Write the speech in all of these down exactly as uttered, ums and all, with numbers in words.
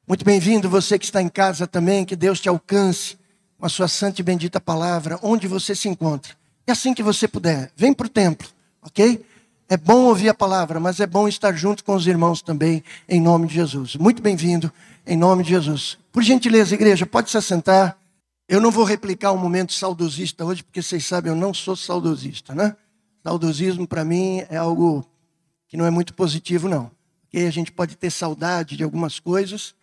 Muito bem-vindo você que está em casa também, que Deus te alcance com a sua santa e bendita palavra, onde você se encontra. E assim que você puder, vem para o templo, ok? É bom ouvir a palavra, mas é bom estar junto com os irmãos também, em nome de Jesus. Muito bem-vindo, em nome de Jesus. Por gentileza, igreja, pode se assentar. Eu não vou replicar um momento saudosista hoje, porque vocês sabem, eu não sou saudosista, né? Saudosismo, para mim, é algo que não é muito positivo, não. Okay? A gente pode ter saudade de algumas coisas,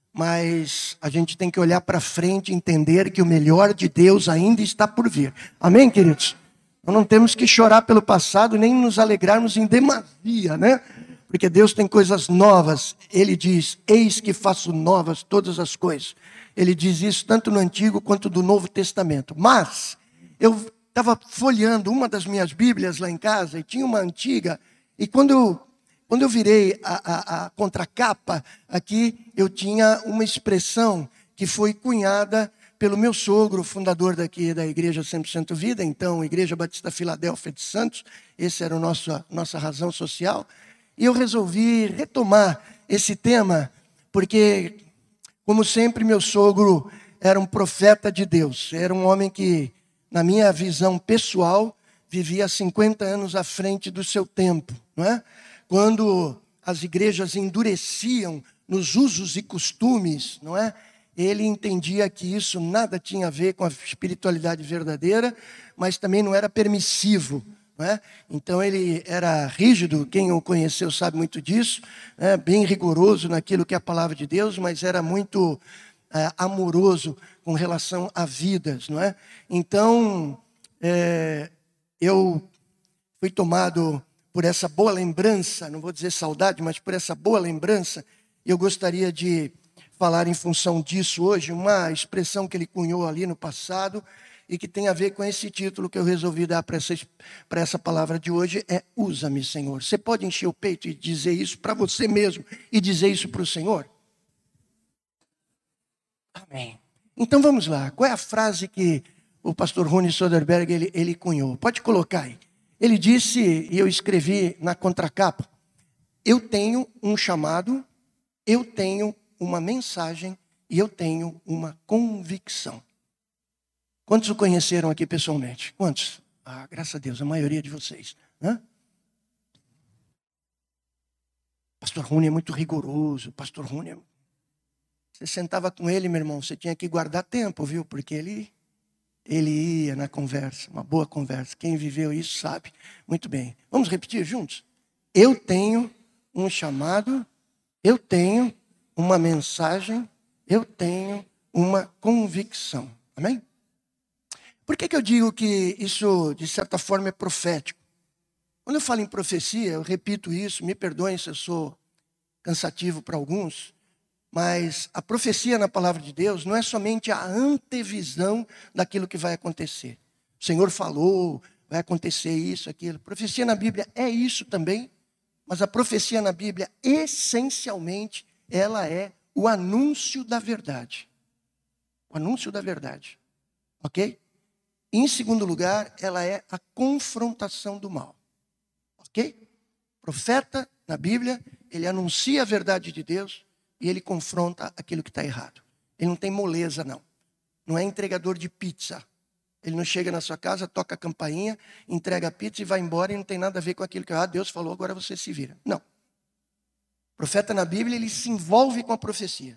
mas a gente tem que olhar para frente e entender que o melhor de Deus ainda está por vir. Amém, queridos? Nós não temos que chorar pelo passado, nem nos alegrarmos em demasia, né? Porque Deus tem coisas novas. Ele diz, eis que faço novas todas as coisas. Ele diz isso tanto no Antigo quanto no Novo Testamento. Mas eu estava folheando uma das minhas Bíblias lá em casa, e tinha uma antiga, e quando eu... Quando eu virei a, a, a contracapa aqui, eu tinha uma expressão que foi cunhada pelo meu sogro, fundador daqui da Igreja cem por cento Vida, então Igreja Batista Filadélfia de Santos, essa era a nossa, nossa razão social. E eu resolvi retomar esse tema, porque, como sempre, meu sogro era um profeta de Deus, era um homem que, na minha visão pessoal, vivia cinquenta anos à frente do seu tempo, não é? Quando as igrejas endureciam nos usos e costumes, não é? Ele entendia que isso nada tinha a ver com a espiritualidade verdadeira, mas também não era permissivo, não é? Então ele era rígido, quem o conheceu sabe muito disso, né? Bem rigoroso naquilo que é a palavra de Deus, mas era muito é, amoroso com relação a vidas, não é? Então, é, eu fui tomado por essa boa lembrança, não vou dizer saudade, mas por essa boa lembrança, eu gostaria de falar em função disso hoje, uma expressão que ele cunhou ali no passado e que tem a ver com esse título que eu resolvi dar para essa, para essa palavra de hoje, é usa-me, Senhor. Você pode encher o peito e dizer isso para você mesmo e dizer isso para o Senhor? Amém. Então vamos lá, qual é a frase que o pastor Rony Soderberg ele, ele cunhou? Pode colocar aí. Ele disse, e eu escrevi na contracapa, eu tenho um chamado, eu tenho uma mensagem e eu tenho uma convicção. Quantos o conheceram aqui pessoalmente? Quantos? Ah, graças a Deus, a maioria de vocês. Hã? Pastor Rony é muito rigoroso, pastor Rony é... Você sentava com ele, meu irmão, você tinha que guardar tempo, viu? Porque ele... Ele ia na conversa, uma boa conversa. Quem viveu isso sabe. Muito bem. Vamos repetir juntos? Eu tenho um chamado, eu tenho uma mensagem, eu tenho uma convicção. Amém? Por que que eu digo que isso, de certa forma, é profético? Quando eu falo em profecia, eu repito isso, me perdoem se eu sou cansativo para alguns, mas a profecia na palavra de Deus não é somente a antevisão daquilo que vai acontecer. O Senhor falou, vai acontecer isso, aquilo. Profecia na Bíblia é isso também, mas a profecia na Bíblia, essencialmente, ela é o anúncio da verdade. O anúncio da verdade. Ok? Em segundo lugar, ela é a confrontação do mal. Ok? Profeta na Bíblia, ele anuncia a verdade de Deus, e ele confronta aquilo que está errado. Ele não tem moleza, não. Não é entregador de pizza. Ele não chega na sua casa, toca a campainha, entrega a pizza e vai embora e não tem nada a ver com aquilo que ah, Deus falou, agora você se vira. Não. O profeta na Bíblia, ele se envolve com a profecia.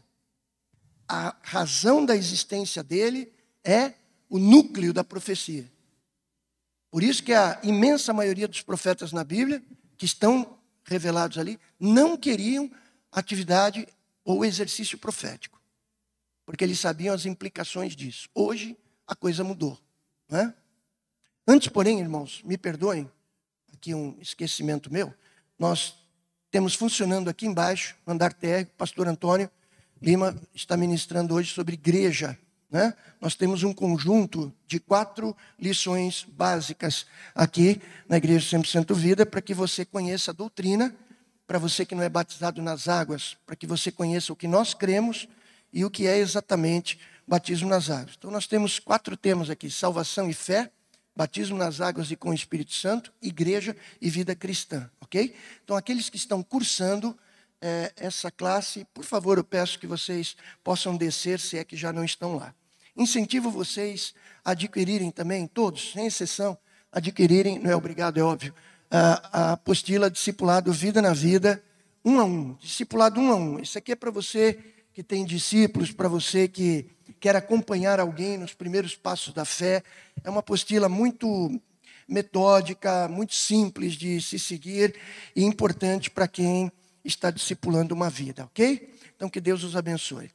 A razão da existência dele é o núcleo da profecia. Por isso que a imensa maioria dos profetas na Bíblia, que estão revelados ali, não queriam atividade ou exercício profético, porque eles sabiam as implicações disso. Hoje, a coisa mudou, não é? Antes, porém, irmãos, me perdoem, aqui um esquecimento meu, nós temos funcionando aqui embaixo, no andar térreo, o pastor Antônio Lima está ministrando hoje sobre igreja, né? Nós temos um conjunto de quatro lições básicas aqui na Igreja cem por cento Vida, para que você conheça a doutrina, para você que não é batizado nas águas, para que você conheça o que nós cremos e o que é exatamente batismo nas águas. Então nós temos quatro temas aqui: salvação e fé, batismo nas águas e com o Espírito Santo, igreja e vida cristã, ok? Então aqueles que estão cursando é, essa classe, por favor, eu peço que vocês possam descer, se é que já não estão lá. Incentivo vocês a adquirirem também, todos, sem exceção, adquirirem, não é obrigado, é óbvio, a, a apostila Discipulado Vida na Vida, um a um, discipulado um a um. Isso aqui é para você que tem discípulos, para você que quer acompanhar alguém nos primeiros passos da fé. É uma apostila muito metódica, muito simples de se seguir e importante para quem está discipulando uma vida, ok? Então, que Deus os abençoe.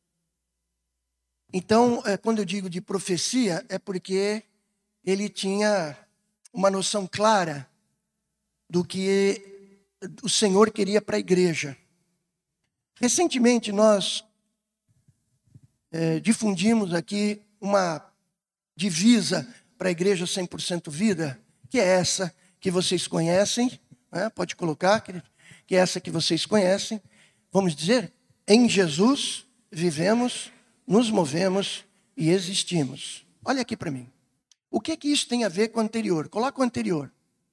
Então, quando eu digo de profecia, é porque ele tinha uma noção clara do que o Senhor queria para a igreja. Recentemente, nós é, difundimos aqui uma divisa para a igreja cem por cento vida, que é essa que vocês conhecem, né? Pode colocar, querido, que é essa que vocês conhecem. Vamos dizer, em Jesus vivemos, nos movemos e existimos. Olha aqui para mim. O que que isso tem a ver com o anterior? Coloca o anterior.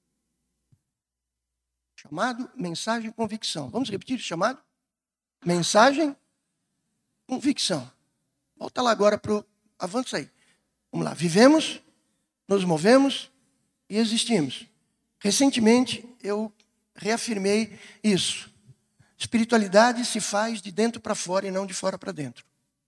Chamado, mensagem, convicção. Vamos repetir o chamado? Mensagem, convicção. Volta lá agora para o... Avança aí. Vamos lá. Vivemos, nos movemos e existimos. Recentemente, eu reafirmei isso. Espiritualidade se faz de dentro para fora e não de fora para dentro.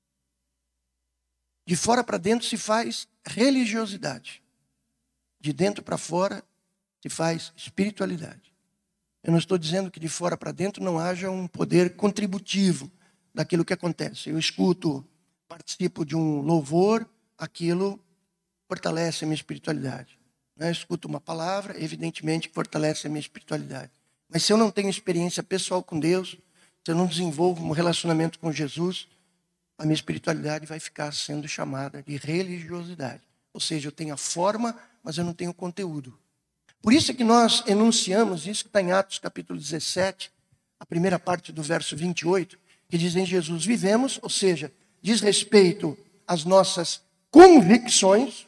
De fora para dentro se faz religiosidade. De dentro para fora se faz espiritualidade. Eu não estou dizendo que de fora para dentro não haja um poder contributivo daquilo que acontece. Eu escuto, participo de um louvor, aquilo fortalece a minha espiritualidade. Eu escuto uma palavra, evidentemente que fortalece a minha espiritualidade. Mas se eu não tenho experiência pessoal com Deus, se eu não desenvolvo um relacionamento com Jesus, a minha espiritualidade vai ficar sendo chamada de religiosidade. Ou seja, eu tenho a forma, mas eu não tenho o conteúdo. Por isso é que nós enunciamos isso que está em Atos capítulo dezessete, a primeira parte do verso vinte e oito, que diz: em Jesus vivemos, ou seja, diz respeito às nossas convicções.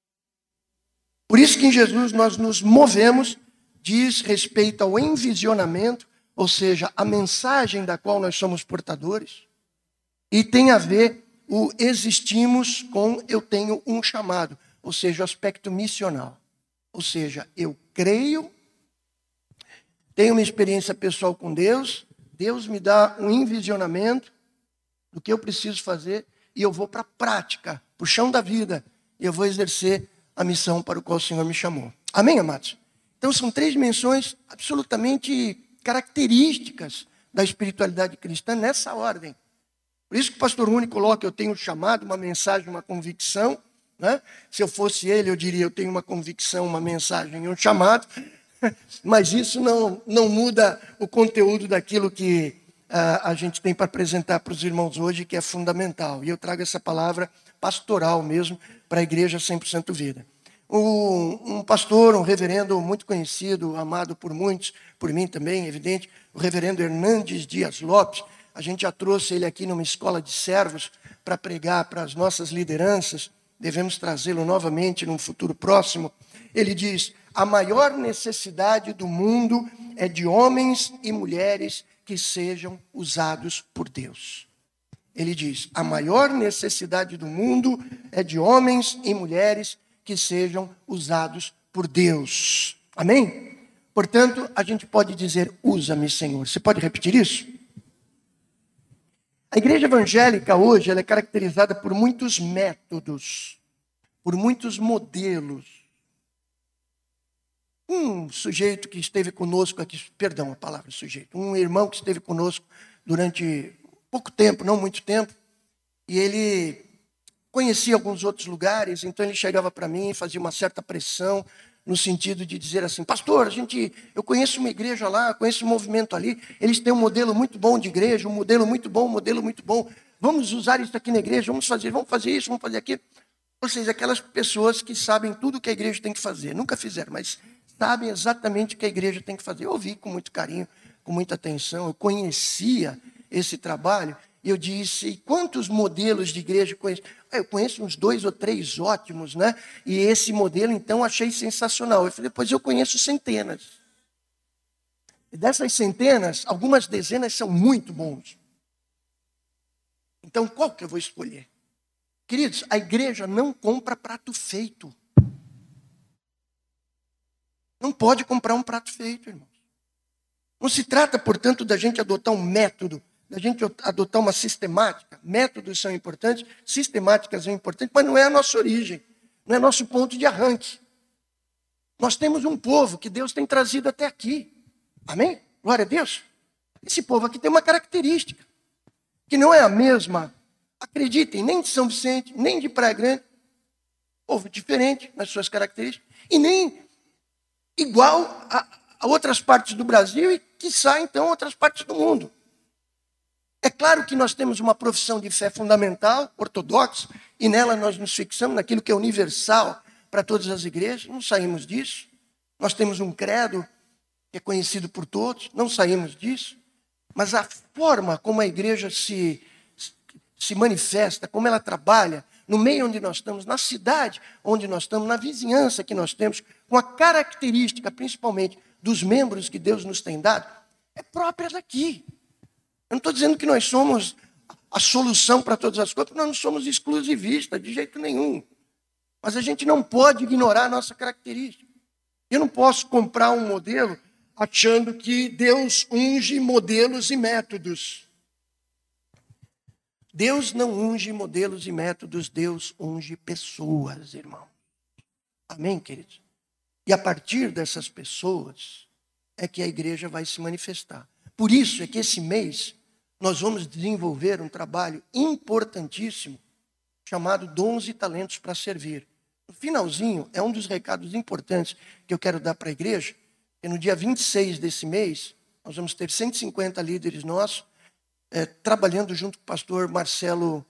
Por isso que em Jesus nós nos movemos, diz respeito ao envisionamento, ou seja, a mensagem da qual nós somos portadores. E tem a ver o existimos com eu tenho um chamado, ou seja, o aspecto missional. Ou seja, eu creio, tenho uma experiência pessoal com Deus, Deus me dá um envisionamento do que eu preciso fazer e eu vou para a prática, para o chão da vida, e eu vou exercer a missão para a qual o Senhor me chamou. Amém, amados? Então são três dimensões absolutamente características da espiritualidade cristã nessa ordem. Por isso que o pastor Rune coloca: eu tenho um chamado, uma mensagem, uma convicção. Né? Se eu fosse ele, eu diria: eu tenho uma convicção, uma mensagem e um chamado. Mas isso não, não muda o conteúdo daquilo que uh, a gente tem para apresentar para os irmãos hoje, que é fundamental. E eu trago essa palavra pastoral mesmo para a igreja cem por cento vida. Um, um pastor, um reverendo muito conhecido, amado por muitos, por mim também, evidente, o reverendo Hernandes Dias Lopes. A gente já trouxe ele aqui numa escola de servos para pregar para as nossas lideranças. Devemos trazê-lo novamente num futuro próximo. Ele diz: a maior necessidade do mundo é de homens e mulheres que sejam usados por Deus. Ele diz: a maior necessidade do mundo é de homens e mulheres que sejam usados por Deus. Amém? Portanto, a gente pode dizer: usa-me, Senhor. Você pode repetir isso? A igreja evangélica hoje ela é caracterizada por muitos métodos, por muitos modelos. Um sujeito que esteve conosco aqui, perdão a palavra sujeito, um irmão que esteve conosco durante pouco tempo, não muito tempo, e ele conhecia alguns outros lugares, então ele chegava para mim e fazia uma certa pressão, no sentido de dizer assim: pastor, a gente, eu conheço uma igreja lá, conheço um movimento ali, eles têm um modelo muito bom de igreja, um modelo muito bom, um modelo muito bom, vamos usar isso aqui na igreja, vamos fazer, vamos fazer isso, vamos fazer aquilo. Ou seja, aquelas pessoas que sabem tudo o que a igreja tem que fazer, nunca fizeram, mas sabem exatamente o que a igreja tem que fazer. Eu ouvi com muito carinho, com muita atenção, eu conhecia esse trabalho, e eu disse: quantos modelos de igreja eu conheço? Eu conheço uns dois ou três ótimos, né? E esse modelo, então, achei sensacional. Eu falei: pois eu conheço centenas. E dessas centenas, algumas dezenas são muito bons. Então, qual que eu vou escolher? Queridos, a igreja não compra prato feito. Não pode comprar um prato feito, irmãos. Não se trata, portanto, da gente adotar um método, da gente adotar uma sistemática. Métodos são importantes, sistemáticas são importantes, mas não é a nossa origem, não é nosso ponto de arranque. Nós temos um povo que Deus tem trazido até aqui. Amém? Glória a Deus. Esse povo aqui tem uma característica, que não é a mesma, acreditem, nem de São Vicente, nem de Praia Grande. Povo diferente nas suas características, e nem igual a, a outras partes do Brasil e, quiçá, então, outras partes do mundo. É claro que nós temos uma profissão de fé fundamental, ortodoxa, e nela nós nos fixamos naquilo que é universal para todas as igrejas, não saímos disso. Nós temos um credo que é conhecido por todos, não saímos disso. Mas a forma como a igreja se, se manifesta, como ela trabalha, no meio onde nós estamos, na cidade onde nós estamos, na vizinhança que nós temos, com a característica, principalmente, dos membros que Deus nos tem dado, é própria daqui. Eu não estou dizendo que nós somos a solução para todas as coisas, porque nós não somos exclusivistas, de jeito nenhum. Mas a gente não pode ignorar a nossa característica. Eu não posso comprar um modelo achando que Deus unge modelos e métodos. Deus não unge modelos e métodos, Deus unge pessoas, irmão. Amém, queridos? E a partir dessas pessoas é que a igreja vai se manifestar. Por isso é que esse mês nós vamos desenvolver um trabalho importantíssimo chamado Dons e Talentos para Servir. No finalzinho, é um dos recados importantes que eu quero dar para a igreja, que no dia vinte e seis desse mês, nós vamos ter cento e cinquenta líderes nossos, é, trabalhando junto com o pastor Marcelo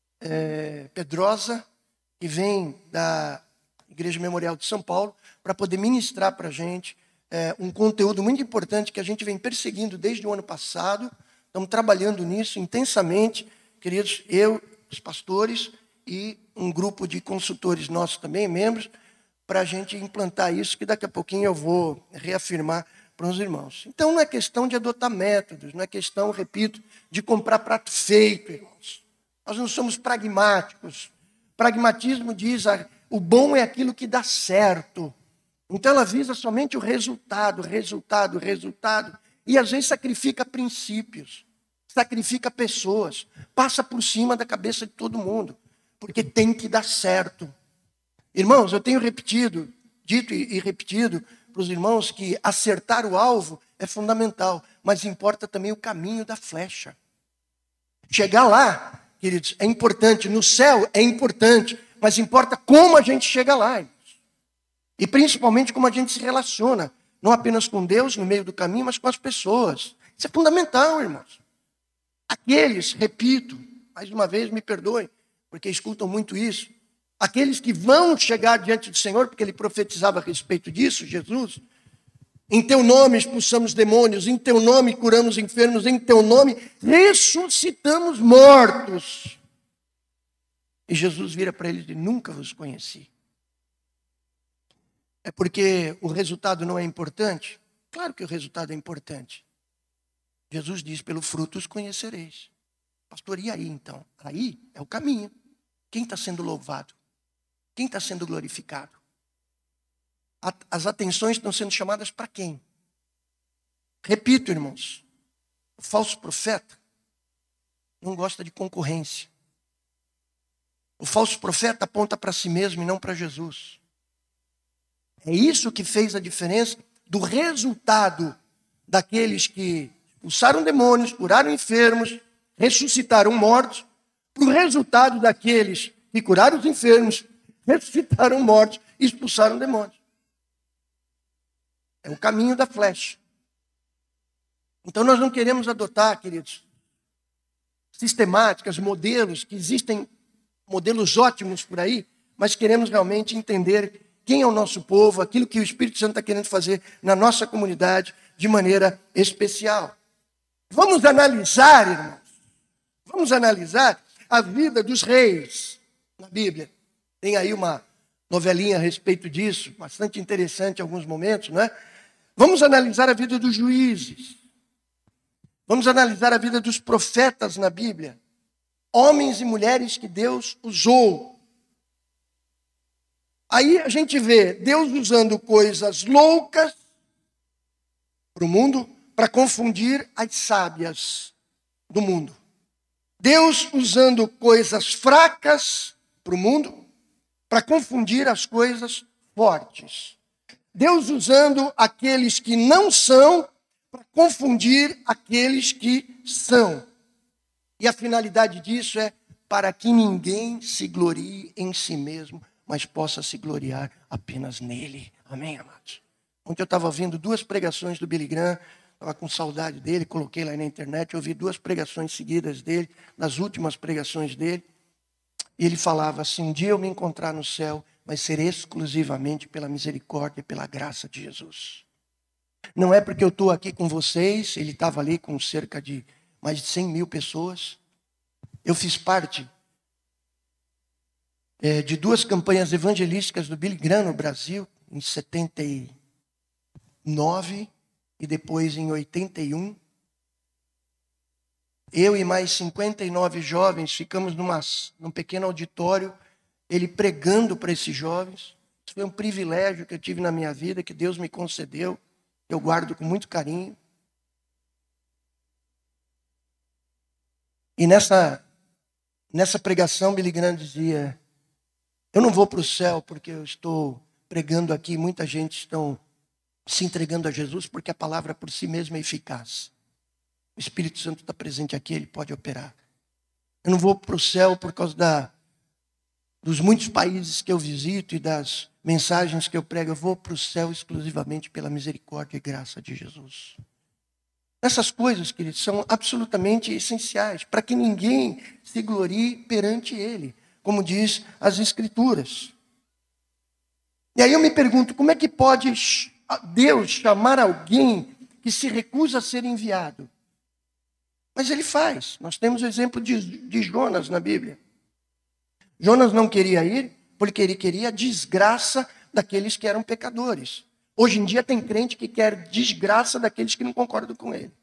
é, Pedrosa, que vem da Igreja Memorial de São Paulo, para poder ministrar para a gente é, um conteúdo muito importante que a gente vem perseguindo desde o ano passado. Estamos trabalhando nisso intensamente, queridos, eu, os pastores e um grupo de consultores nossos também, membros, para a gente implantar isso, que daqui a pouquinho eu vou reafirmar para os irmãos. Então não é questão de adotar métodos, não é questão, repito, de comprar prato feito, irmãos. Nós não somos pragmáticos. Pragmatismo diz, ah, o bom é aquilo que dá certo. Então ela visa somente o resultado, resultado, resultado, e às vezes sacrifica princípios, sacrifica pessoas, passa por cima da cabeça de todo mundo, porque tem que dar certo. Irmãos, eu tenho repetido, dito e repetido para os irmãos que acertar o alvo é fundamental, mas importa também o caminho da flecha. Chegar lá, queridos, é importante, no céu é importante, mas importa como a gente chega lá, irmãos. E principalmente como a gente se relaciona, não apenas com Deus no meio do caminho, mas com as pessoas. Isso é fundamental, irmãos. Aqueles, repito, mais uma vez me perdoem, porque escutam muito isso, aqueles que vão chegar diante do Senhor, porque ele profetizava a respeito disso, Jesus, em teu nome expulsamos demônios, em teu nome curamos enfermos, em teu nome ressuscitamos mortos. E Jesus vira para eles e diz, nunca vos conheci. É porque o resultado não é importante? Claro que o resultado é importante. Jesus diz, pelo fruto os conhecereis. Pastor, e aí então? Aí é o caminho. Quem está sendo louvado? Quem está sendo glorificado? As atenções estão sendo chamadas para quem? Repito, irmãos, o falso profeta não gosta de concorrência. O falso profeta aponta para si mesmo e não para Jesus. É isso que fez a diferença do resultado daqueles que expulsaram demônios, curaram enfermos, ressuscitaram mortos, para o resultado daqueles que curaram os enfermos, ressuscitaram mortos e expulsaram demônios. É o caminho da flecha. Então nós não queremos adotar, queridos, sistemáticas, modelos, que existem modelos ótimos por aí, mas queremos realmente entender quem é o nosso povo, aquilo que o Espírito Santo está querendo fazer na nossa comunidade de maneira especial. Vamos analisar, irmãos, vamos analisar a vida dos reis na Bíblia. Tem aí uma novelinha a respeito disso, bastante interessante em alguns momentos, não é? Vamos analisar a vida dos juízes. Vamos analisar a vida dos profetas na Bíblia. Homens e mulheres que Deus usou. Aí a gente vê Deus usando coisas loucas para o mundo, para confundir as sábias do mundo. Deus usando coisas fracas para o mundo, para confundir as coisas fortes. Deus usando aqueles que não são, para confundir aqueles que são. E a finalidade disso é para que ninguém se glorie em si mesmo, mas possa se gloriar apenas nele. Amém, amados? Ontem eu estava ouvindo duas pregações do Billy Graham, estava com saudade dele, coloquei lá na internet, eu ouvi duas pregações seguidas dele, das últimas pregações dele, e ele falava assim: um dia eu me encontrar no céu, vai ser exclusivamente pela misericórdia e pela graça de Jesus. Não é porque eu estou aqui com vocês, ele estava ali com cerca de mais de cem mil pessoas. Eu fiz parte é, de duas campanhas evangelísticas do Billy Graham no Brasil, em setenta e nove e depois em oitenta e um. Eu e mais cinquenta e nove jovens ficamos numa, num pequeno auditório, ele pregando para esses jovens. Isso foi um privilégio que eu tive na minha vida, que Deus me concedeu. Eu guardo com muito carinho. E nessa, nessa pregação, Billy Graham dizia: eu não vou para o céu porque eu estou pregando aqui, muita gente está se entregando a Jesus, porque a palavra por si mesma é eficaz. O Espírito Santo está presente aqui, ele pode operar. Eu não vou para o céu por causa da, dos muitos países que eu visito e das mensagens que eu prego. Eu vou para o céu exclusivamente pela misericórdia e graça de Jesus. Essas coisas, queridos, são absolutamente essenciais para que ninguém se glorie perante Ele, como diz as Escrituras. E aí eu me pergunto, como é que pode Deus chamar alguém que se recusa a ser enviado? Mas Ele faz. Nós temos o exemplo de, de Jonas na Bíblia. Jonas não queria ir porque ele queria a desgraça daqueles que eram pecadores. Hoje em dia tem crente que quer desgraça daqueles que não concordam com ele.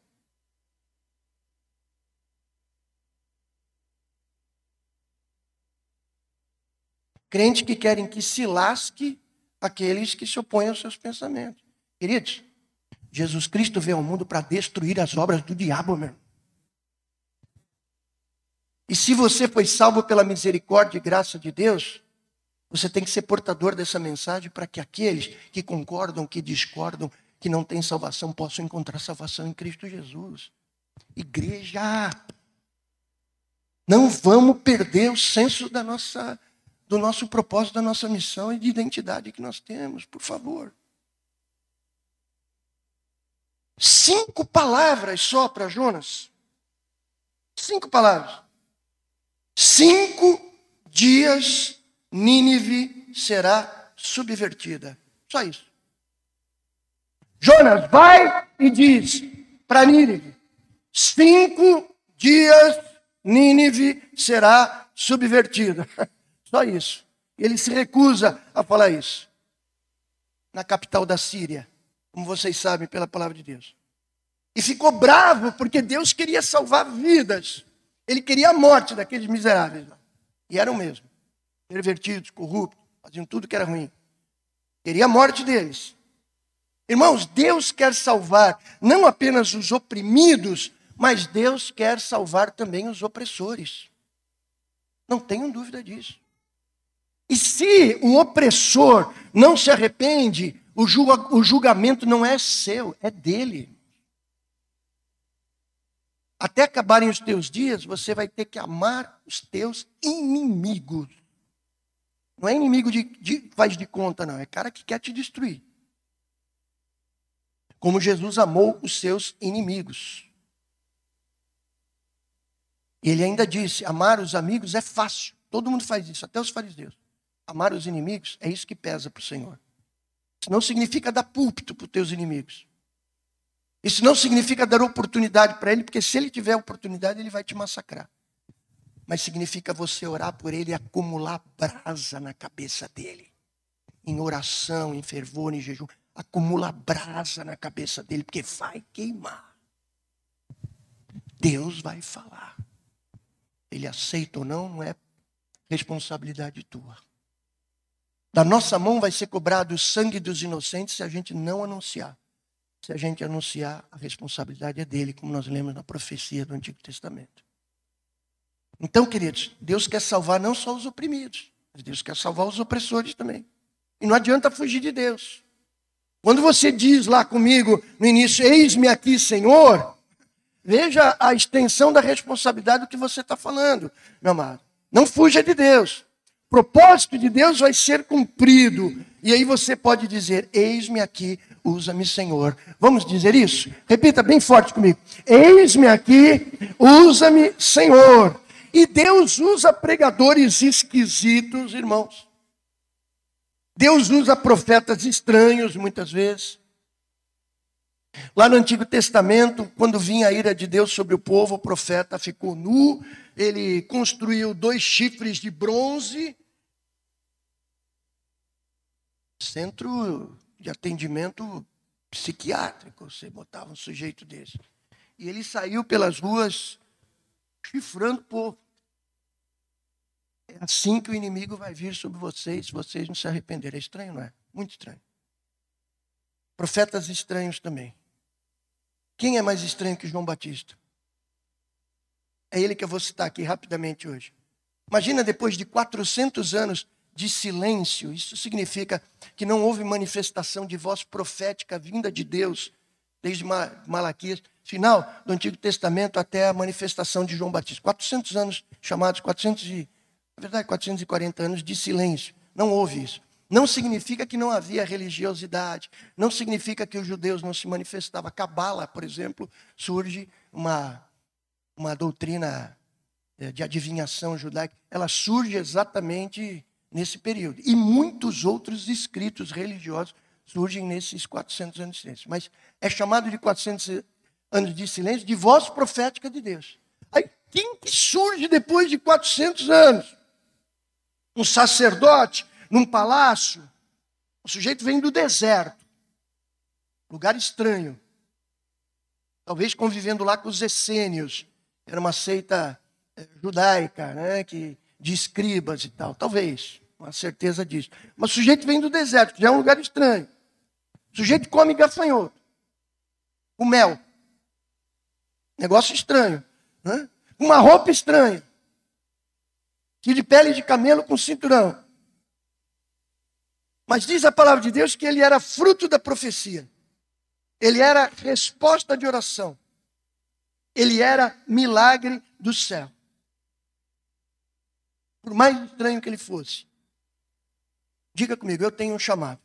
Crente que querem que se lasque aqueles que se opõem aos seus pensamentos. Queridos, Jesus Cristo veio ao mundo para destruir as obras do diabo, meu. E se você foi salvo pela misericórdia e graça de Deus, você tem que ser portador dessa mensagem para que aqueles que concordam, que discordam, que não têm salvação, possam encontrar salvação em Cristo Jesus. Igreja, não vamos perder o senso da nossa, do nosso propósito, da nossa missão e de identidade que nós temos, por favor. Cinco palavras só para Jonas. Cinco palavras. Cinco dias Nínive será subvertida. Só isso. Jonas vai e diz para Nínive: cinco dias Nínive será subvertida. Só isso. Ele se recusa a falar isso. Na capital da Síria, como vocês sabem pela palavra de Deus. E ficou bravo porque Deus queria salvar vidas. Ele queria a morte daqueles miseráveis. E eram mesmo. Pervertidos, corruptos, faziam tudo que era ruim. Queria a morte deles. Irmãos, Deus quer salvar não apenas os oprimidos, mas Deus quer salvar também os opressores. Não tenham dúvida disso. E se o opressor não se arrepende, o, julga, o julgamento não é seu, é dele. Até acabarem os teus dias, você vai ter que amar os teus inimigos. Não é inimigo de, de faz de conta, não. É cara que quer te destruir. Como Jesus amou os seus inimigos. Ele ainda disse, amar os amigos é fácil. Todo mundo faz isso, até os fariseus. Amar os inimigos é isso que pesa para o Senhor. Isso não significa dar púlpito para os teus inimigos. Isso não significa dar oportunidade para ele, porque se ele tiver oportunidade, ele vai te massacrar. Mas significa você orar por ele e acumular brasa na cabeça dele. Em oração, em fervor, em jejum. acumula brasa na cabeça dele, porque vai queimar. Deus vai falar. Ele aceita ou não, não é responsabilidade tua. Da nossa mão vai ser cobrado o sangue dos inocentes se a gente não anunciar. Se a gente anunciar, a responsabilidade é dele, como nós lemos na profecia do Antigo Testamento. Então, queridos, Deus quer salvar não só os oprimidos, mas Deus quer salvar os opressores também. E não adianta fugir de Deus. Quando você diz lá comigo no início, eis-me aqui, Senhor, veja a extensão da responsabilidade do que você está falando, meu amado. Não fuja de Deus. O propósito de Deus vai ser cumprido. E aí você pode dizer, eis-me aqui, usa-me, Senhor. Vamos dizer isso? Repita bem forte comigo. Eis-me aqui, usa-me, Senhor. E Deus usa pregadores esquisitos, irmãos. Deus usa profetas estranhos, muitas vezes. Lá no Antigo Testamento, quando vinha a ira de Deus sobre o povo, o profeta ficou nu. Ele construiu dois chifres de bronze. Centro de atendimento psiquiátrico, você botava um sujeito desse. E ele saiu pelas ruas chifrando o povo. É assim que o inimigo vai vir sobre vocês, se vocês não se arrependerem. É estranho, não é? Muito estranho. Profetas estranhos também. Quem é mais estranho que João Batista? É ele que eu vou citar aqui rapidamente hoje. Imagina depois de quatrocentos anos de silêncio, isso significa que não houve manifestação de voz profética vinda de Deus, desde Malaquias, final do Antigo Testamento até a manifestação de João Batista. quatrocentos anos chamados, quatrocentos e, na verdade, quatrocentos e quarenta anos de silêncio. Não houve isso. Não significa que não havia religiosidade, não significa que os judeus não se manifestavam. A Cabala, por exemplo, surge uma, uma doutrina de adivinhação judaica, ela surge exatamente nesse período. E muitos outros escritos religiosos surgem nesses quatrocentos anos de silêncio. Mas é chamado de quatrocentos anos de silêncio de voz profética de Deus. Aí quem que surge depois de quatrocentos anos? Um sacerdote, num palácio. O sujeito vem do deserto. Lugar estranho. Talvez convivendo lá com os essênios. Era uma seita judaica, né, que, de escribas e tal. Talvez. Uma certeza disso. Mas o sujeito vem do deserto, que já é um lugar estranho. O sujeito come gafanhoto. O mel. Negócio estranho. Né? Uma roupa estranha. De pele de camelo com cinturão. Mas diz a palavra de Deus que ele era fruto da profecia. Ele era resposta de oração. Ele era milagre do céu. Por mais estranho que ele fosse. Diga comigo, eu tenho um chamado.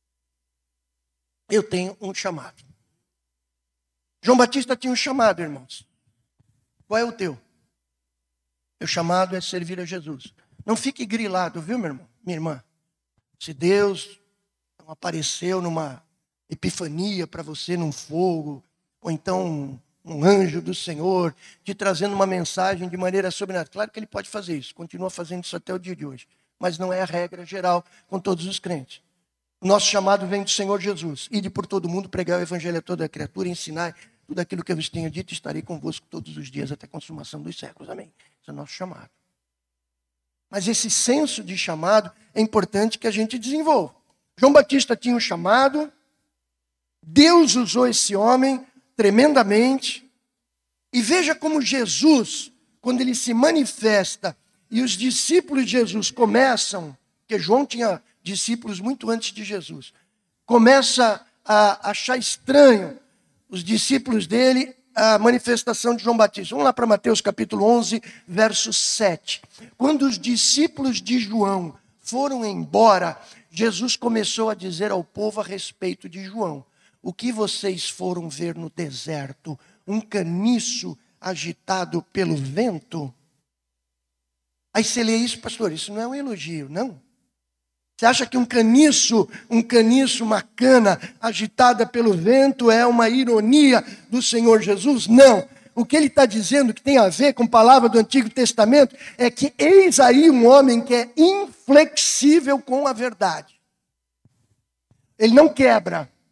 Eu tenho um chamado. João Batista tinha um chamado, irmãos. Qual é o teu? O chamado é servir a Jesus. Não fique grilado, viu, meu irmão? Minha irmã. Se Deus não apareceu numa epifania para você num fogo, ou então um, um anjo do Senhor te trazendo uma mensagem de maneira sobrenatural, claro que ele pode fazer isso, continua fazendo isso até o dia de hoje, mas não é a regra geral com todos os crentes. O nosso chamado vem do Senhor Jesus. Ide por todo mundo, pregar o evangelho a toda a criatura, ensinar tudo aquilo que eu vos tenho dito, estarei convosco todos os dias até a consumação dos séculos. Amém. Esse é o nosso chamado. Mas esse senso de chamado é importante que a gente desenvolva. João Batista tinha um chamado, Deus usou esse homem tremendamente. E veja como Jesus, quando ele se manifesta e os discípulos de Jesus começam, porque João tinha discípulos muito antes de Jesus, começa a achar estranho os discípulos dele a manifestação de João Batista. Vamos lá para Mateus capítulo onze, verso sete. Quando os discípulos de João foram embora, Jesus começou a dizer ao povo a respeito de João: o que vocês foram ver no deserto? Um caniço agitado pelo vento? Aí você lê isso, pastor, isso não é um elogio, não. Você acha que um caniço, um caniço, uma cana agitada pelo vento é uma ironia do Senhor Jesus? Não. O que ele está dizendo que tem a ver com a palavra do Antigo Testamento é que eis aí um homem que é inflexível com a verdade. Ele não quebra.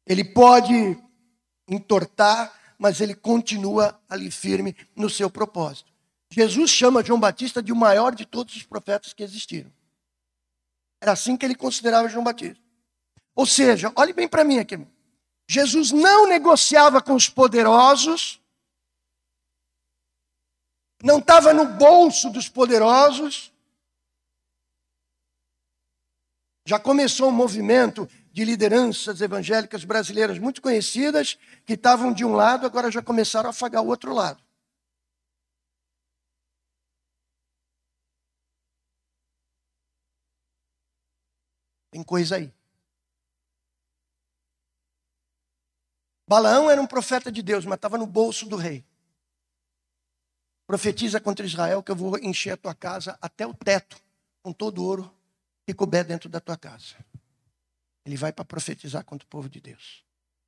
Ele pode entortar, mas ele continua ali firme no seu propósito. Jesus chama João Batista de o maior de todos os profetas que existiram. Era assim que ele considerava João Batista. Ou seja, olhe bem para mim aqui, irmão. Jesus não negociava com os poderosos, não estava no bolso dos poderosos. Já começou um movimento de lideranças evangélicas brasileiras muito conhecidas, que estavam de um lado, agora já começaram a afagar o outro lado. Tem coisa aí. Balaão era um profeta de Deus, mas estava no bolso do rei. Profetiza contra Israel que eu vou encher a tua casa até o teto, com todo o ouro que couber dentro da tua casa. Ele vai para profetizar contra o povo de Deus.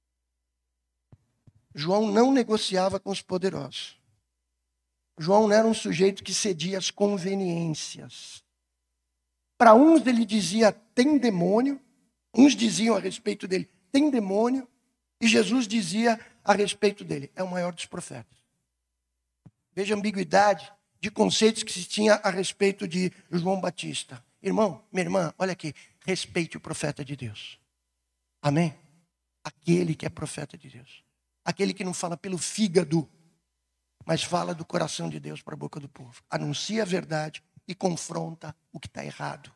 João não negociava com os poderosos. João não era um sujeito que cedia às conveniências. Para uns ele dizia, tem demônio. Uns diziam a respeito dele, tem demônio. E Jesus dizia a respeito dele, é o maior dos profetas. Veja a ambiguidade de conceitos que se tinha a respeito de João Batista. Irmão, minha irmã, olha aqui, respeite o profeta de Deus. Amém? Aquele que é profeta de Deus. Aquele que não fala pelo fígado, mas fala do coração de Deus para a boca do povo. Anuncia a verdade e confronta o que está errado.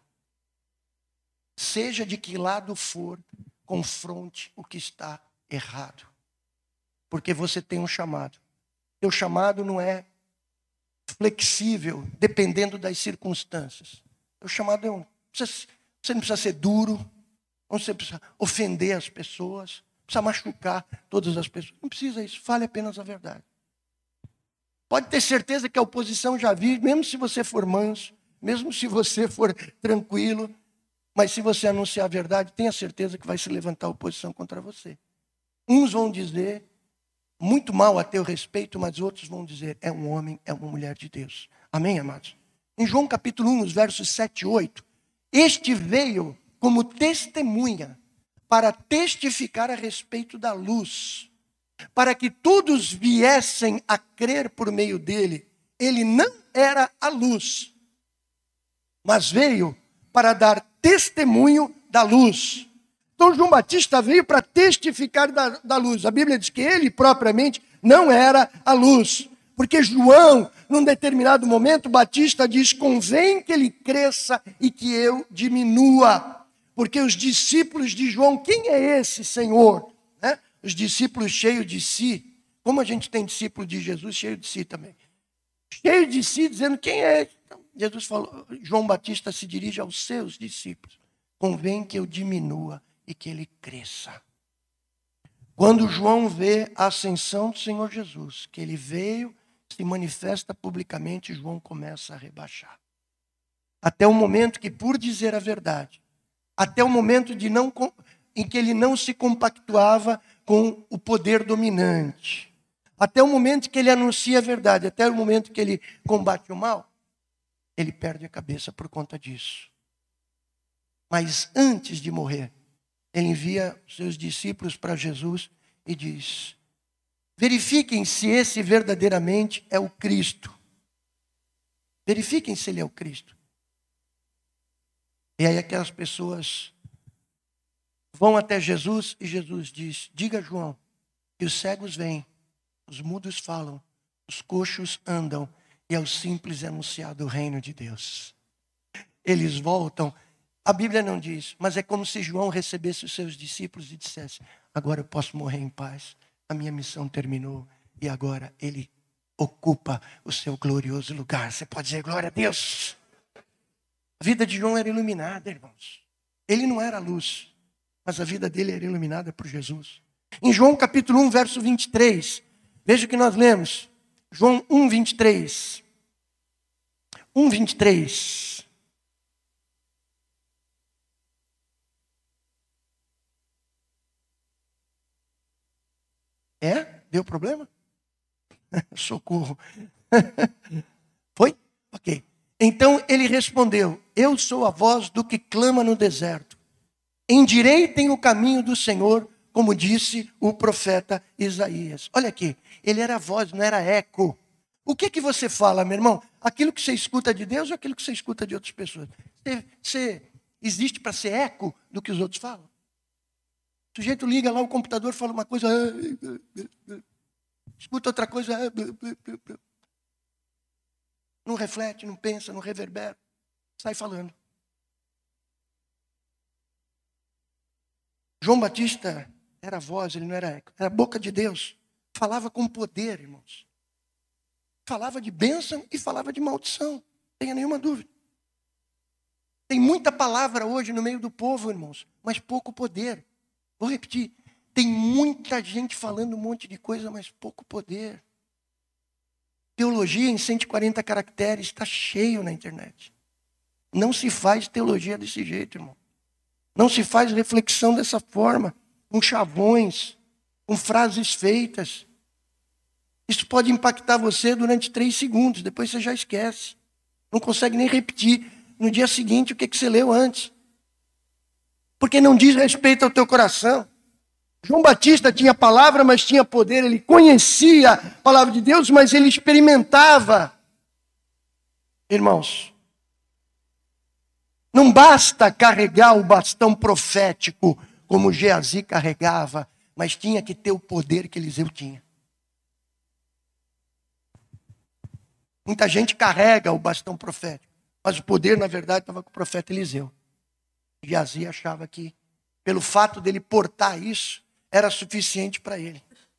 Seja de que lado for, confronte o que está errado. Porque você tem um chamado. Teu chamado não é flexível, dependendo das circunstâncias. O chamado é um. Você não precisa ser duro, não precisa ofender as pessoas, não precisa machucar todas as pessoas. Não precisa isso, fale apenas a verdade. Pode ter certeza que a oposição já vive, mesmo se você for manso, mesmo se você for tranquilo, mas se você anunciar a verdade, tenha certeza que vai se levantar a oposição contra você. Uns vão dizer muito mal a teu respeito, mas outros vão dizer, é um homem, é uma mulher de Deus. Amém, amados? Em João capítulo um, nos versos sete e oito, este veio como testemunha para testificar a respeito da luz, para que todos viessem a crer por meio dele. Ele não era a luz, mas veio para dar testemunho da luz. Então João Batista veio para testificar da, da luz. A Bíblia diz que ele propriamente não era a luz. Porque João, num determinado momento, Batista diz, convém que ele cresça e que eu diminua. Porque os discípulos de João, quem é esse Senhor? Né? Os discípulos cheios de si. Como a gente tem discípulo de Jesus cheio de si também. Cheio de si, dizendo quem é. Então, Jesus falou, João Batista se dirige aos seus discípulos. Convém que eu diminua e que ele cresça. Quando João vê a ascensão do Senhor Jesus, que ele veio, se manifesta publicamente, João começa a rebaixar. Até o momento que, por dizer a verdade, até o momento de não, em que ele não se compactuava com o poder dominante, até o momento que ele anuncia a verdade, até o momento que ele combate o mal, ele perde a cabeça por conta disso. Mas antes de morrer, ele envia seus discípulos para Jesus e diz, verifiquem se esse verdadeiramente é o Cristo. Verifiquem se ele é o Cristo. E aí aquelas pessoas vão até Jesus e Jesus diz, diga a João, que os cegos vêm, os mudos falam, os coxos andam e aos simples é anunciado o reino de Deus. Eles voltam. A Bíblia não diz, mas é como se João recebesse os seus discípulos e dissesse, agora eu posso morrer em paz, a minha missão terminou e agora ele ocupa o seu glorioso lugar. Você pode dizer glória a Deus. A vida de João era iluminada, irmãos. Ele não era luz, mas a vida dele era iluminada por Jesus. Em João capítulo um, verso vinte e três, veja o que nós lemos. João um, vinte e três. um, vinte e três. É? Deu problema? Socorro. Foi? Ok. Então ele respondeu, eu sou a voz do que clama no deserto. Endireitem o caminho do Senhor, como disse o profeta Isaías. Olha aqui, ele era voz, não era eco. O que que você fala, meu irmão? Aquilo que você escuta de Deus ou aquilo que você escuta de outras pessoas? Você, você existe para ser eco do que os outros falam? O sujeito liga lá o computador, fala uma coisa, escuta outra coisa, não reflete, não pensa, não reverbera, sai falando. João Batista era voz, ele não era eco, era a boca de Deus. Falava com poder, irmãos. Falava de bênção e falava de maldição, não tenha nenhuma dúvida. Tem muita palavra hoje no meio do povo, irmãos, mas pouco poder. Vou repetir, tem muita gente falando um monte de coisa, mas pouco poder. Teologia em cento e quarenta caracteres, está cheio na internet. Não se faz teologia desse jeito, irmão. Não se faz reflexão dessa forma, com chavões, com frases feitas. Isso pode impactar você durante três segundos, depois você já esquece. Não consegue nem repetir no dia seguinte o que, que você leu antes. Porque não diz respeito ao teu coração. João Batista tinha palavra, mas tinha poder. Ele conhecia a palavra de Deus, mas ele experimentava. Irmãos, não basta carregar o bastão profético como Geazi carregava, mas tinha que ter o poder que Eliseu tinha. Muita gente carrega o bastão profético, mas o poder, na verdade, estava com o profeta Eliseu. Geazi achava que, pelo fato dele portar isso, era suficiente para ele.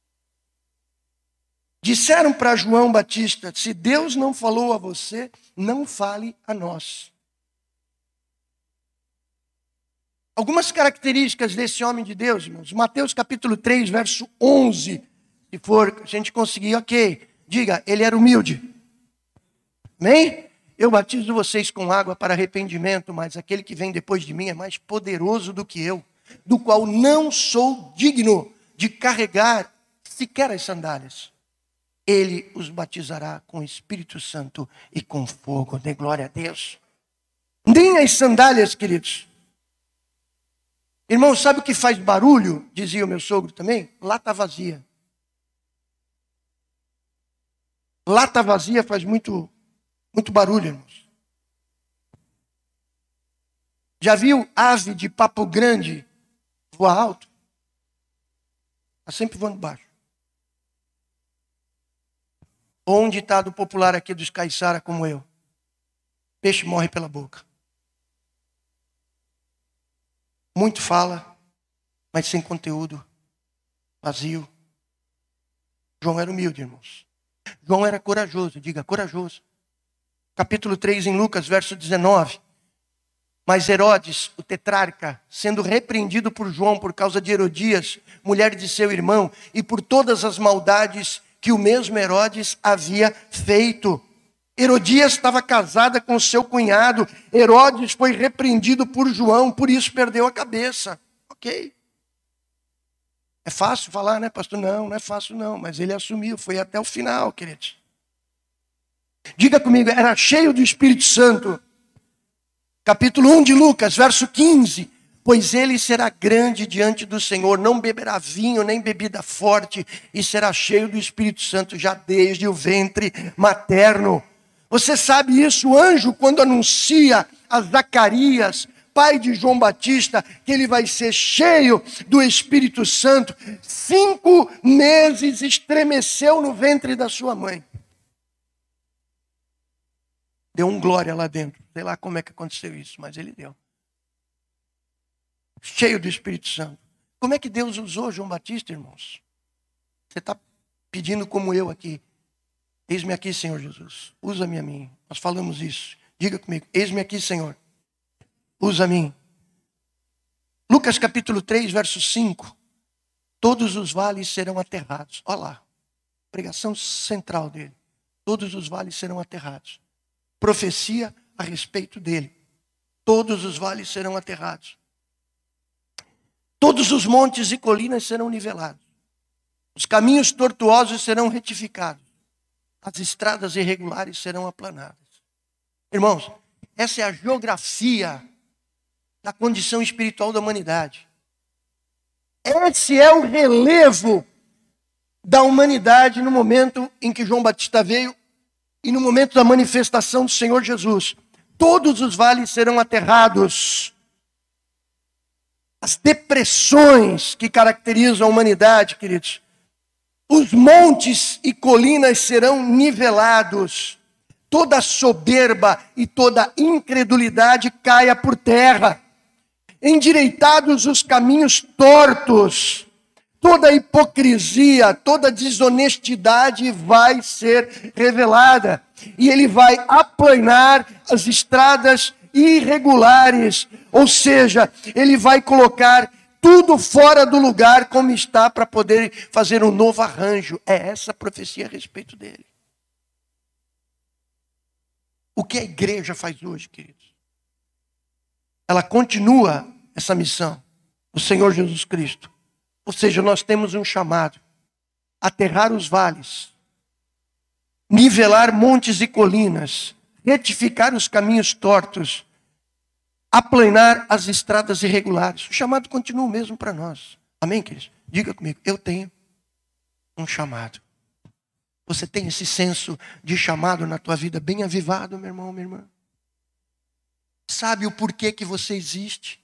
Disseram para João Batista, se Deus não falou a você, não fale a nós. Algumas características desse homem de Deus, irmãos. Mateus capítulo três, verso onze. Se for, a gente conseguir, ok. Diga, ele era humilde. Amém? Eu batizo vocês com água para arrependimento, mas aquele que vem depois de mim é mais poderoso do que eu, do qual não sou digno de carregar sequer as sandálias. Ele os batizará com o Espírito Santo e com fogo. Dê glória a Deus. Nem as sandálias, queridos. Irmão, sabe o que faz barulho? Dizia o meu sogro também. Lata vazia. Lata vazia faz muito, muito barulho, irmãos. Já viu ave de papo grande voar alto? Está sempre voando baixo. Ou um ditado popular aqui dos caiçara como eu. Peixe morre pela boca. Muito fala, mas sem conteúdo, vazio. João era humilde, irmãos. João era corajoso, diga corajoso. Capítulo três em Lucas, verso dezenove. Mas Herodes, o tetrarca, sendo repreendido por João por causa de Herodias, mulher de seu irmão, e por todas as maldades que o mesmo Herodes havia feito. Herodias estava casada com seu cunhado. Herodes foi repreendido por João, por isso perdeu a cabeça. Ok. É fácil falar, né, pastor? Não, não é fácil não, mas ele assumiu, foi até o final, queridos. Diga comigo, era cheio do Espírito Santo. Capítulo um de Lucas, verso quinze. Pois ele será grande diante do Senhor, não beberá vinho nem bebida forte, e será cheio do Espírito Santo já desde o ventre materno. Você sabe isso, o anjo quando anuncia a Zacarias, pai de João Batista, que ele vai ser cheio do Espírito Santo, cinco meses estremeceu no ventre da sua mãe. Deu um glória lá dentro. Sei lá como é que aconteceu isso, mas ele deu. Cheio do Espírito Santo. Como é que Deus usou João Batista, irmãos? Você está pedindo como eu aqui. Eis-me aqui, Senhor Jesus. Usa-me a mim. Nós falamos isso. Diga comigo. Eis-me aqui, Senhor. Usa a mim. Lucas capítulo três, verso cinco. Todos os vales serão aterrados. Olha lá. Pregação central dele. Todos os vales serão aterrados. Profecia a respeito dele. Todos os vales serão aterrados. Todos os montes e colinas serão nivelados. Os caminhos tortuosos serão retificados. As estradas irregulares serão aplanadas. Irmãos, essa é a geografia da condição espiritual da humanidade. Esse é o relevo da humanidade no momento em que João Batista veio e no momento da manifestação do Senhor Jesus. Todos os vales serão aterrados. As depressões que caracterizam a humanidade, queridos, os montes e colinas serão nivelados. Toda soberba e toda incredulidade caia por terra. Endireitados os caminhos tortos. Toda hipocrisia, toda desonestidade vai ser revelada. E ele vai aplanar as estradas irregulares. Ou seja, ele vai colocar tudo fora do lugar como está para poder fazer um novo arranjo. É essa a profecia a respeito dele. O que a igreja faz hoje, queridos? Ela continua essa missão. O Senhor Jesus Cristo. Ou seja, nós temos um chamado. Aterrar os vales. Nivelar montes e colinas. Retificar os caminhos tortos. Aplanar as estradas irregulares. O chamado continua o mesmo para nós. Amém, queridos? Diga comigo, eu tenho um chamado. Você tem esse senso de chamado na tua vida bem avivado, meu irmão, minha irmã? Sabe o porquê que você existe?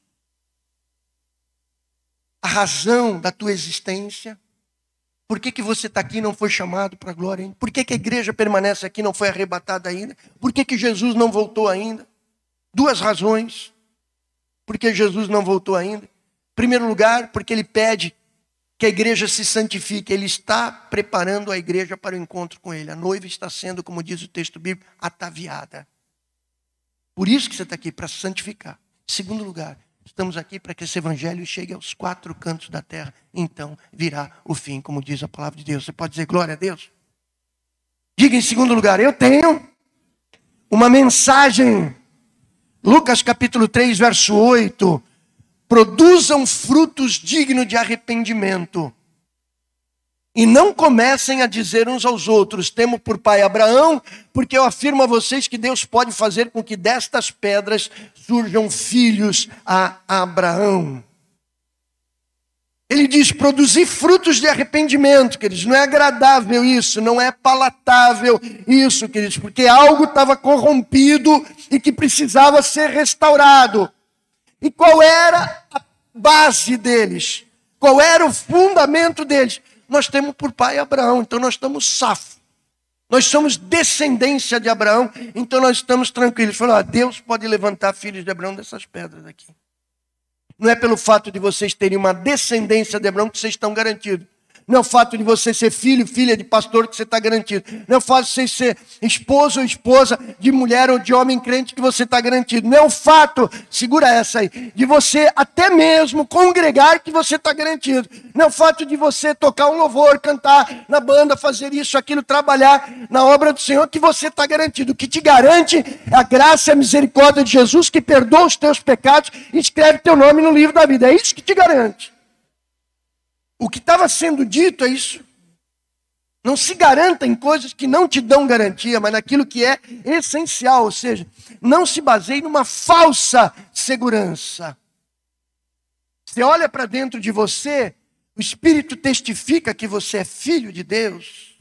A razão da tua existência? Por que que você está aqui e não foi chamado para a glória ainda? Por que que a igreja permanece aqui e não foi arrebatada ainda? Por que que Jesus não voltou ainda? Duas razões. Por que Jesus não voltou ainda? Em primeiro lugar, porque ele pede que a igreja se santifique. Ele está preparando a igreja para o encontro com ele. A noiva está sendo, como diz o texto bíblico, ataviada. Por isso que você está aqui, para santificar. Em segundo lugar, estamos aqui para que esse evangelho chegue aos quatro cantos da terra. Então virá o fim, como diz a palavra de Deus. Você pode dizer glória a Deus? Diga em segundo lugar, eu tenho uma mensagem. Lucas capítulo três, verso oito. Produzam frutos dignos de arrependimento. E não comecem a dizer uns aos outros, temo por pai Abraão, porque eu afirmo a vocês que Deus pode fazer com que destas pedras surjam filhos a Abraão. Ele diz, produzir frutos de arrependimento, queridos. Não é agradável isso, não é palatável isso, queridos, porque algo estava corrompido e que precisava ser restaurado. E qual era a base deles? Qual era o fundamento deles? Nós temos por pai Abraão, então nós estamos safos. Nós somos descendência de Abraão, então nós estamos tranquilos. Falou, ah, Deus pode levantar filhos de Abraão dessas pedras aqui. Não é pelo fato de vocês terem uma descendência de Abraão que vocês estão garantidos. Não é o fato de você ser filho, filha de pastor que você está garantido. Não é o fato de você ser esposo ou esposa de mulher ou de homem crente que você está garantido. Não é o fato, segura essa aí, de você até mesmo congregar que você está garantido. Não é o fato de você tocar um louvor, cantar na banda, fazer isso, aquilo, trabalhar na obra do Senhor que você está garantido. O que te garante é a graça e a misericórdia de Jesus que perdoa os teus pecados e escreve teu nome no livro da vida. É isso que te garante. O que estava sendo dito é isso. Não se garanta em coisas que não te dão garantia, mas naquilo que é essencial. Ou seja, não se baseie numa falsa segurança. Você olha para dentro de você, o Espírito testifica que você é filho de Deus,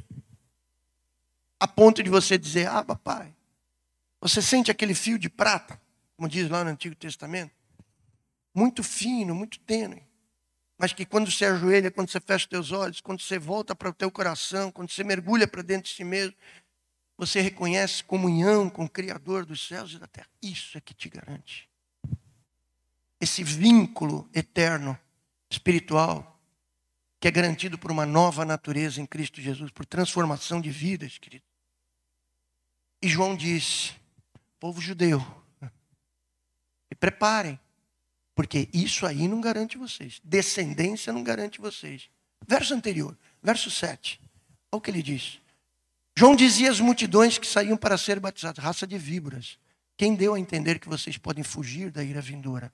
a ponto de você dizer, ah, papai, você sente aquele fio de prata, como diz lá no Antigo Testamento? Muito fino, muito tênue. Mas que quando você ajoelha, quando você fecha os teus olhos, quando você volta para o teu coração, quando você mergulha para dentro de si mesmo, você reconhece comunhão com o Criador dos céus e da terra. Isso é que te garante. Esse vínculo eterno, espiritual, que é garantido por uma nova natureza em Cristo Jesus, por transformação de vidas, querido. E João disse, povo judeu, se preparem. Porque isso aí não garante vocês. Descendência não garante vocês. Verso anterior, verso sete. Olha o que ele diz. João dizia às multidões que saíam para ser batizados, raça de víboras. Quem deu a entender que vocês podem fugir da ira vindoura?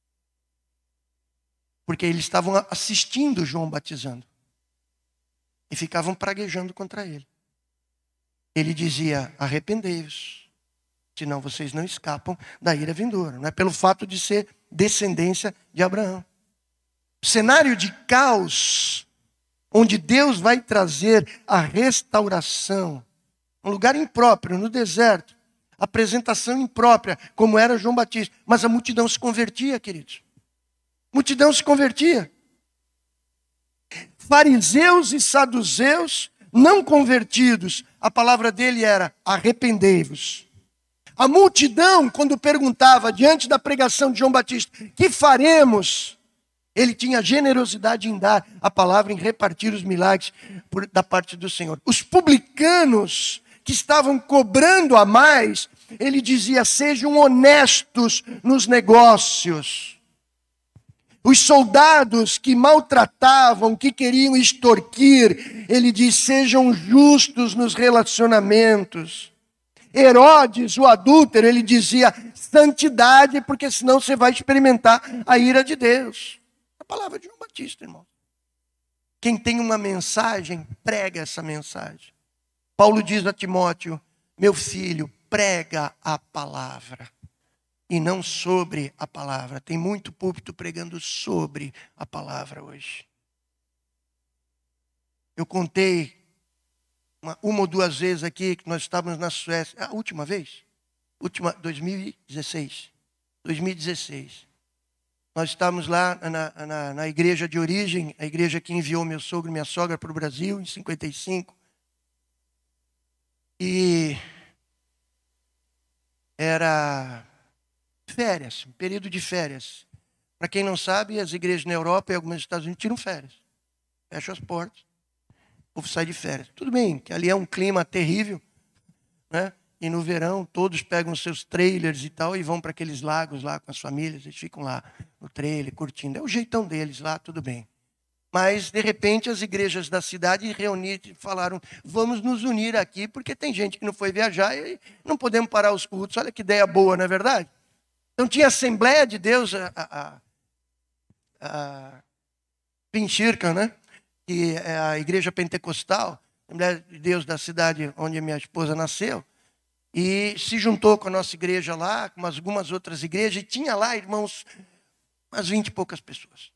Porque eles estavam assistindo João batizando. E ficavam praguejando contra ele. Ele dizia, arrependei-vos. Senão vocês não escapam da ira vindoura. Não é pelo fato de ser descendência de Abraão. cenário de caos, onde Deus vai trazer a restauração. Um lugar impróprio, no deserto. Apresentação imprópria, como era João Batista. Mas a multidão se convertia, queridos. A multidão se convertia. Fariseus e saduceus não convertidos, a palavra dele era: arrependei-vos. A multidão, quando perguntava diante da pregação de João Batista, que faremos? Ele tinha generosidade em dar a palavra, em repartir os milagres por, da parte do Senhor. Os publicanos que estavam cobrando a mais, ele dizia: sejam honestos nos negócios. Os soldados que maltratavam, que queriam extorquir, ele diz: sejam justos nos relacionamentos. Herodes, o adúltero, ele dizia: santidade, porque senão você vai experimentar a ira de Deus. A palavra de João Batista, irmão. Quem tem uma mensagem, prega essa mensagem. Paulo diz a Timóteo: meu filho, prega a palavra. E não sobre a palavra. Tem muito púlpito pregando sobre a palavra hoje. Eu contei uma, uma ou duas vezes aqui que nós estávamos na Suécia. A última vez? Última, dois mil e dezesseis. dois mil e dezesseis. Nós estávamos lá na, na, na igreja de origem, a igreja que enviou meu sogro e minha sogra para o Brasil, em cinquenta e cinco. E era férias, um período de férias. Para quem não sabe, as igrejas na Europa e algumas nos Estados Unidos tiram férias. Fecham as portas. O povo sai de férias. Tudo bem, que ali é um clima terrível, né? E no verão todos pegam os seus trailers e tal e vão para aqueles lagos lá com as famílias. Eles ficam lá no trailer, curtindo. É o jeitão deles lá, tudo bem. Mas, de repente, as igrejas da cidade reuniram e falaram: vamos nos unir aqui, porque tem gente que não foi viajar e não podemos parar os cultos. Olha que ideia boa, não é verdade? Então tinha a Assembleia de Deus, a, a, a Pinchirka, né? Que é a igreja pentecostal, a Assembleia de Deus da cidade onde a minha esposa nasceu, e se juntou com a nossa igreja lá, com algumas outras igrejas, e tinha lá, irmãos, umas vinte e poucas pessoas.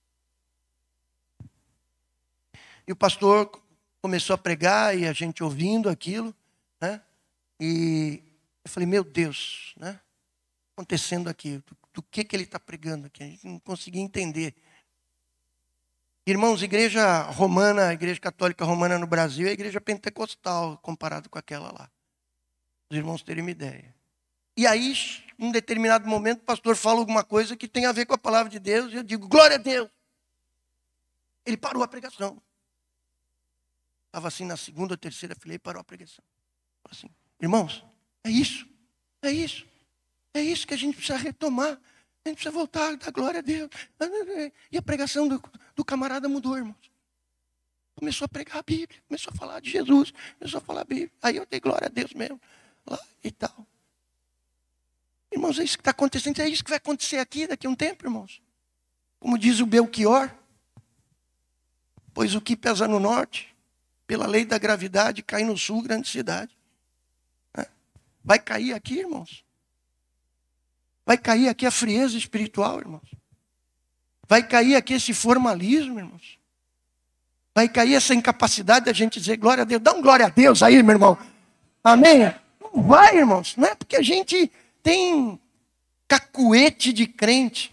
E o pastor começou a pregar, e a gente ouvindo aquilo, né? E eu falei: meu Deus, né? Acontecendo aqui, do, do que, que ele está pregando aqui, a gente não conseguia entender. Irmãos, igreja romana, a igreja católica romana no Brasil é a igreja pentecostal, comparado com aquela lá. Os irmãos terem uma ideia. E aí, em um determinado momento, o pastor fala alguma coisa que tem a ver com a palavra de Deus, e eu digo: glória a Deus. Ele parou a pregação. Estava assim na segunda ou terceira fileira e parou a pregação. Assim: irmãos, é isso, é isso. É isso que a gente precisa retomar. A gente precisa voltar, dar glória a Deus. E a pregação do, do camarada mudou, irmãos. Começou a pregar a Bíblia, começou a falar de Jesus, começou a falar a Bíblia. Aí eu dei glória a Deus mesmo, lá e tal. Irmãos, é isso que está acontecendo, é isso que vai acontecer aqui daqui a um tempo, irmãos. Como diz o Belchior: pois o que pesa no norte, pela lei da gravidade, cai no sul, grande cidade. Vai cair aqui, irmãos. Vai cair aqui a frieza espiritual, irmãos. Vai cair aqui esse formalismo, irmãos. Vai cair essa incapacidade da gente dizer glória a Deus. Dá um glória a Deus aí, meu irmão. Amém? Não vai, irmãos. Não é porque a gente tem cacuete de crente.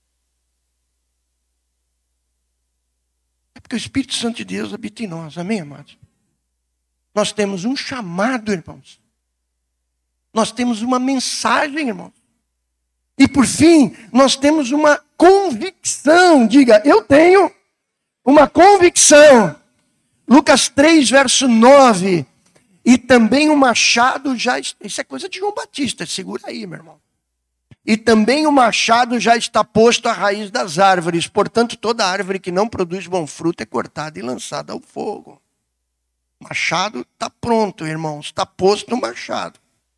É porque o Espírito Santo de Deus habita em nós. Amém, amados? Nós temos um chamado, irmãos. Nós temos uma mensagem, irmãos. E por fim, nós temos uma convicção. Diga: eu tenho uma convicção. Lucas três, verso nove. E também o machado já... Isso é coisa de João Batista, segura aí, meu irmão. E também o machado já está posto à raiz das árvores. Portanto, toda árvore que não produz bom fruto é cortada e lançada ao fogo. O machado está pronto, irmãos. Está posto o machado.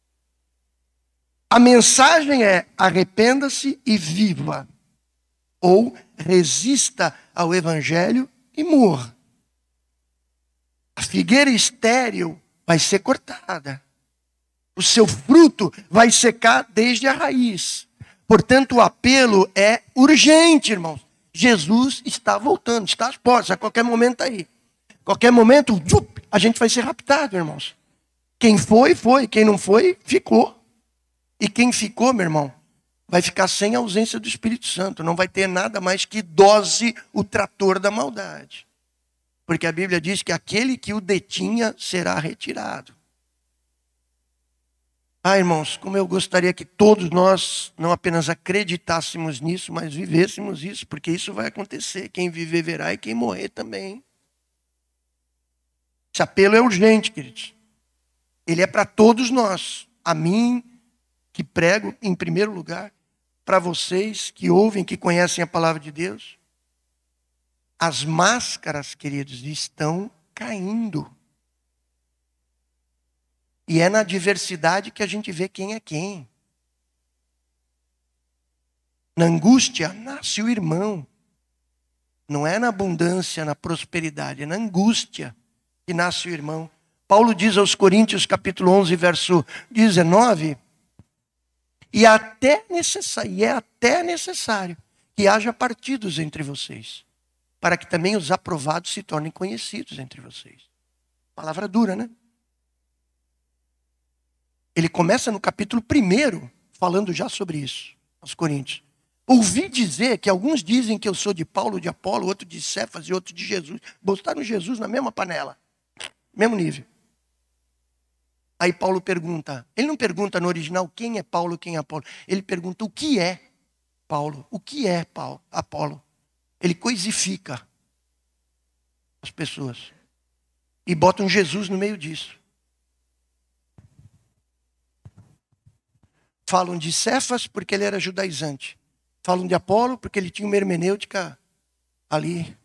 A mensagem é: arrependa-se e viva. Ou resista ao evangelho e morra. A figueira estéril vai ser cortada. O seu fruto vai secar desde a raiz. Portanto, o apelo é urgente, irmãos. Jesus está voltando, está às portas, a qualquer momento aí. A qualquer momento, a gente vai ser raptado, irmãos. Quem foi, foi. Quem não foi, ficou. E quem ficou, meu irmão, vai ficar sem a ausência do Espírito Santo. Não vai ter nada mais que dose o trator da maldade. Porque a Bíblia diz que aquele que o detinha será retirado. Ah, irmãos, como eu gostaria que todos nós não apenas acreditássemos nisso, mas vivêssemos isso, porque isso vai acontecer. Quem viver verá e quem morrer também. Esse apelo é urgente, queridos. Ele é para todos nós. A mim, que prego em primeiro lugar, para vocês que ouvem, que conhecem a palavra de Deus. As máscaras, queridos, estão caindo. E é na diversidade que a gente vê quem é quem. Na angústia nasce o irmão. Não é na abundância, na prosperidade, é na angústia que nasce o irmão. Paulo diz aos Coríntios, capítulo onze, verso dezenove, e, até necessário, e é até necessário que haja partidos entre vocês, para que também os aprovados se tornem conhecidos entre vocês. Palavra dura, né? Ele começa no capítulo primeiro, falando já sobre isso, aos Coríntios. Ouvi dizer que alguns dizem que eu sou de Paulo, de Apolo, outro de Cefas e outro de Jesus. Botaram Jesus na mesma panela, mesmo nível. Aí Paulo pergunta, ele não pergunta no original quem é Paulo, quem é Apolo. Ele pergunta o que é Paulo, o que é Paulo, Apolo. Ele coisifica as pessoas e bota um Jesus no meio disso. Falam de Cefas porque ele era judaizante. Falam de Apolo porque ele tinha uma hermenêutica ali.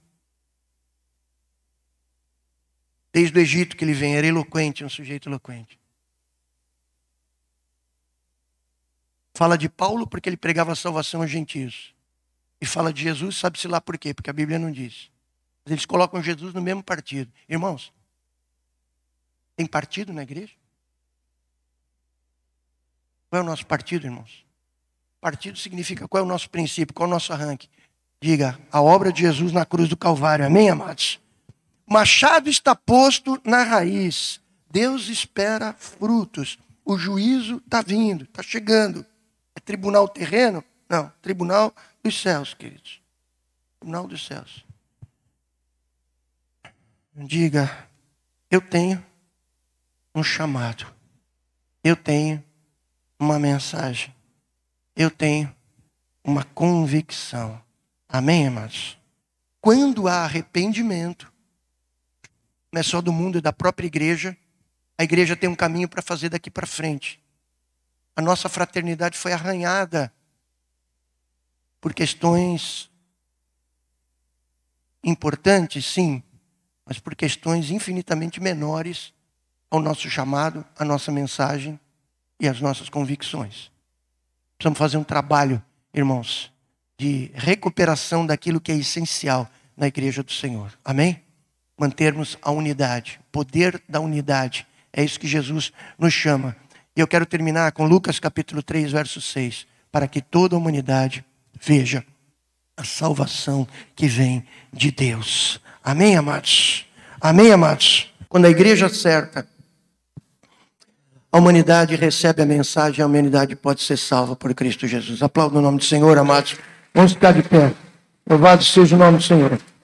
Desde o Egito que ele vem, era eloquente, um sujeito eloquente. Fala de Paulo porque ele pregava a salvação aos gentios. E fala de Jesus, sabe-se lá por quê? Porque a Bíblia não diz. Mas eles colocam Jesus no mesmo partido. Irmãos, tem partido na igreja? Qual é o nosso partido, irmãos? Partido significa qual é o nosso princípio, qual é o nosso arranque. Diga, a obra de Jesus na cruz do Calvário. Amém, amados? O machado está posto na raiz. Deus espera frutos. O juízo está vindo, está chegando. É tribunal terreno? Não, tribunal dos céus, queridos. Tribunal dos céus. Diga, eu tenho um chamado. Eu tenho uma mensagem. Eu tenho uma convicção. Amém, amados? Quando há arrependimento, não é só do mundo, é da própria igreja, a igreja tem um caminho para fazer daqui para frente. A nossa fraternidade foi arranhada por questões importantes, sim, mas por questões infinitamente menores ao nosso chamado, à nossa mensagem e às nossas convicções. Precisamos fazer um trabalho, irmãos, de recuperação daquilo que é essencial na igreja do Senhor. Amém? Mantermos a unidade, o poder da unidade. É isso que Jesus nos chama. E eu quero terminar com Lucas capítulo três, verso seis. Para que toda a humanidade veja a salvação que vem de Deus. Amém, amados? Amém, amados? Quando a igreja certa, a humanidade recebe a mensagem, a humanidade pode ser salva por Cristo Jesus. Aplauda o nome do Senhor, amados. Vamos ficar de pé. Louvado seja o nome do Senhor.